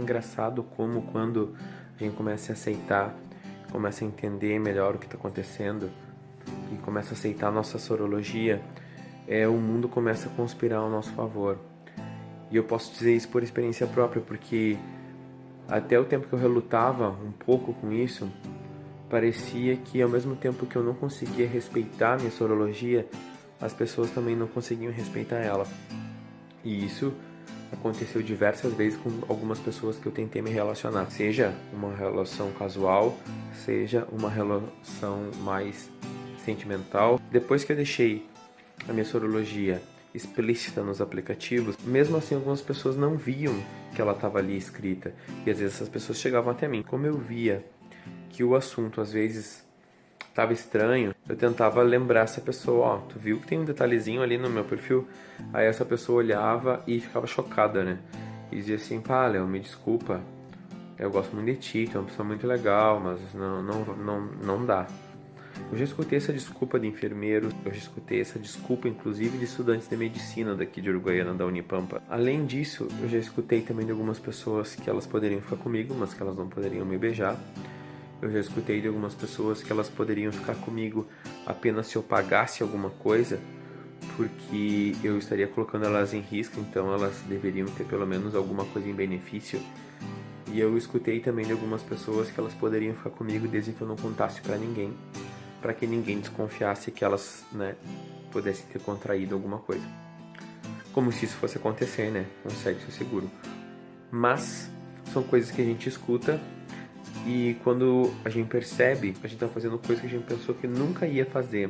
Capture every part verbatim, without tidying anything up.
engraçado como quando a gente começa a aceitar, começa a entender melhor o que está acontecendo e começa a aceitar a nossa sorologia, é, o mundo começa a conspirar ao nosso favor. E eu posso dizer isso por experiência própria, porque até o tempo que eu relutava um pouco com isso, parecia que ao mesmo tempo que eu não conseguia respeitar a minha sorologia, as pessoas também não conseguiam respeitar ela. E isso aconteceu diversas vezes com algumas pessoas que eu tentei me relacionar, seja uma relação casual, seja uma relação mais sentimental. Depois que eu deixei a minha sorologia explícita nos aplicativos, mesmo assim algumas pessoas não viam que ela estava ali escrita, e às vezes essas pessoas chegavam até mim. Como eu via que o assunto às vezes estava estranho, eu tentava lembrar essa pessoa, ó, tu viu que tem um detalhezinho ali no meu perfil? Aí essa pessoa olhava e ficava chocada, né? E dizia assim, pá, Léo, me desculpa, eu gosto muito de ti, tu é uma pessoa muito legal, mas não, não, não, não dá. Eu já escutei essa desculpa de enfermeiros, eu já escutei essa desculpa inclusive de estudantes de medicina daqui de Uruguaiana, da Unipampa. Além disso, eu já escutei também de algumas pessoas que elas poderiam ficar comigo, mas que elas não poderiam me beijar. Eu já escutei de algumas pessoas que elas poderiam ficar comigo apenas se eu pagasse alguma coisa, porque eu estaria colocando elas em risco, então elas deveriam ter pelo menos alguma coisa em benefício. E eu escutei também de algumas pessoas que elas poderiam ficar comigo desde que eu não contasse pra ninguém, para que ninguém desconfiasse que elas, né, pudessem ter contraído alguma coisa. Como se isso fosse acontecer, né, com sexo seguro. Mas são coisas que a gente escuta e quando a gente percebe, a gente tá fazendo coisa que a gente pensou que nunca ia fazer.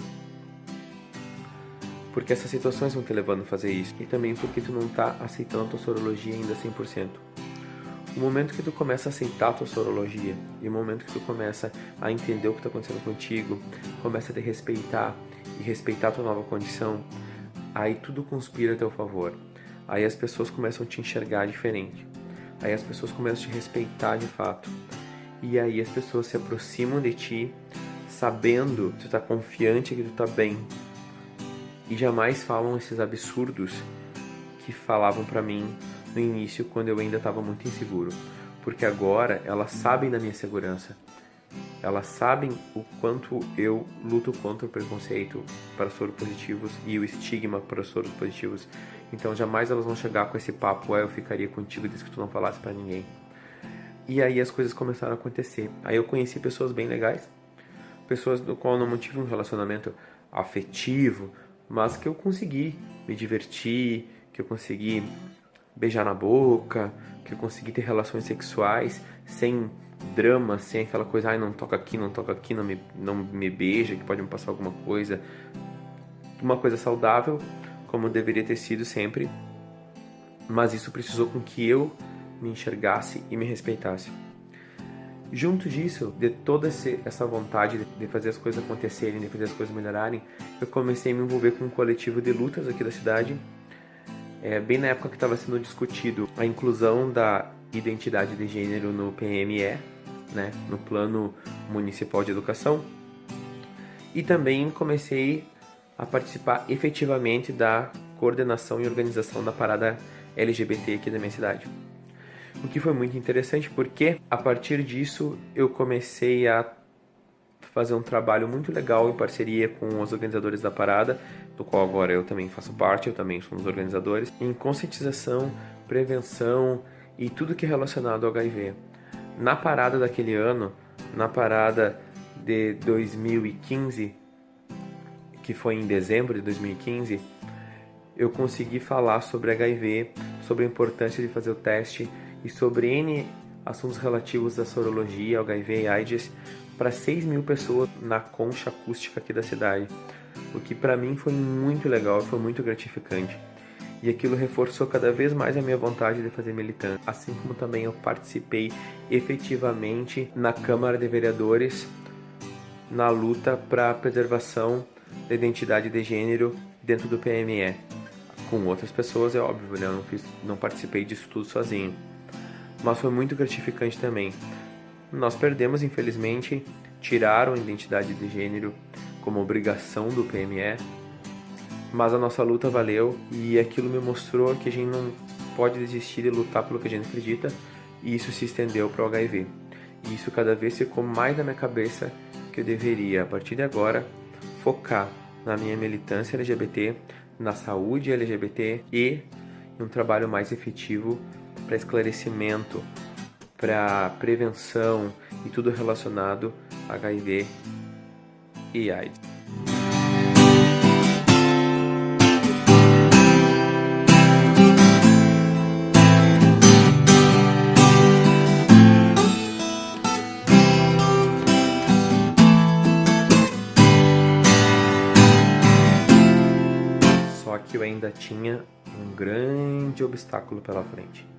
Porque essas situações vão te levando a fazer isso. E também porque tu não tá aceitando a tua sorologia ainda cem por cento. O momento que tu começa a aceitar a tua sorologia e o momento que tu começa a entender o que está acontecendo contigo, começa a te respeitar e respeitar a tua nova condição, aí tudo conspira a teu favor. Aí as pessoas começam a te enxergar diferente. Aí as pessoas começam a te respeitar de fato. E aí as pessoas se aproximam de ti sabendo que tu tá confiante que tu tá bem. E jamais falam esses absurdos que falavam pra mim no início, quando eu ainda estava muito inseguro, porque agora elas sabem da minha segurança, elas sabem o quanto eu luto contra o preconceito para soros positivos e o estigma para soros positivos, então jamais elas vão chegar com esse papo, ah, eu ficaria contigo desde que tu não falasse para ninguém. E aí as coisas começaram a acontecer. Aí eu conheci pessoas bem legais, pessoas do qual eu não tive um relacionamento afetivo, mas que eu consegui me divertir, que eu consegui beijar na boca, que eu consegui ter relações sexuais sem drama, sem aquela coisa, ai, não toca aqui, não toca aqui, não me, não me beija, que pode me passar alguma coisa. Uma coisa saudável, como deveria ter sido sempre, mas isso precisou com que eu me enxergasse e me respeitasse. Junto disso, de toda essa vontade de fazer as coisas acontecerem, de fazer as coisas melhorarem, eu comecei a me envolver com um coletivo de lutas aqui da cidade. É, bem na época que estava sendo discutido a inclusão da identidade de gênero no P M E, né, no Plano Municipal de Educação, e também comecei a participar efetivamente da coordenação e organização da parada L G B T aqui da minha cidade. O que foi muito interessante porque a partir disso eu comecei a fazer um trabalho muito legal em parceria com os organizadores da parada, do qual agora eu também faço parte, eu também sou um dos organizadores, em conscientização, prevenção e tudo que é relacionado ao H I V. Na parada daquele ano, na parada de dois mil e quinze, que foi em dezembro de dois mil e quinze, eu consegui falar sobre H I V, sobre a importância de fazer o teste e sobre N assuntos relativos à sorologia, ao H I V e AIDS, para seis mil pessoas na concha acústica aqui da cidade, o que para mim foi muito legal, foi muito gratificante. E aquilo reforçou cada vez mais a minha vontade de fazer militância, assim como também eu participei efetivamente na Câmara de Vereadores na luta para a preservação da identidade de gênero dentro do P M E. Com outras pessoas, é óbvio, né? Eu não, fiz, não participei disso tudo sozinho. Mas foi muito gratificante também. Nós perdemos, infelizmente, tiraram a identidade de gênero como obrigação do P M E, mas a nossa luta valeu e aquilo me mostrou que a gente não pode desistir de lutar pelo que a gente acredita e isso se estendeu para o H I V. E isso cada vez ficou mais na minha cabeça que eu deveria, a partir de agora, focar na minha militância L G B T, na saúde L G B T e em um trabalho mais efetivo para esclarecimento, para prevenção e tudo relacionado a H I V e AIDS. Só que eu ainda tinha um grande obstáculo pela frente.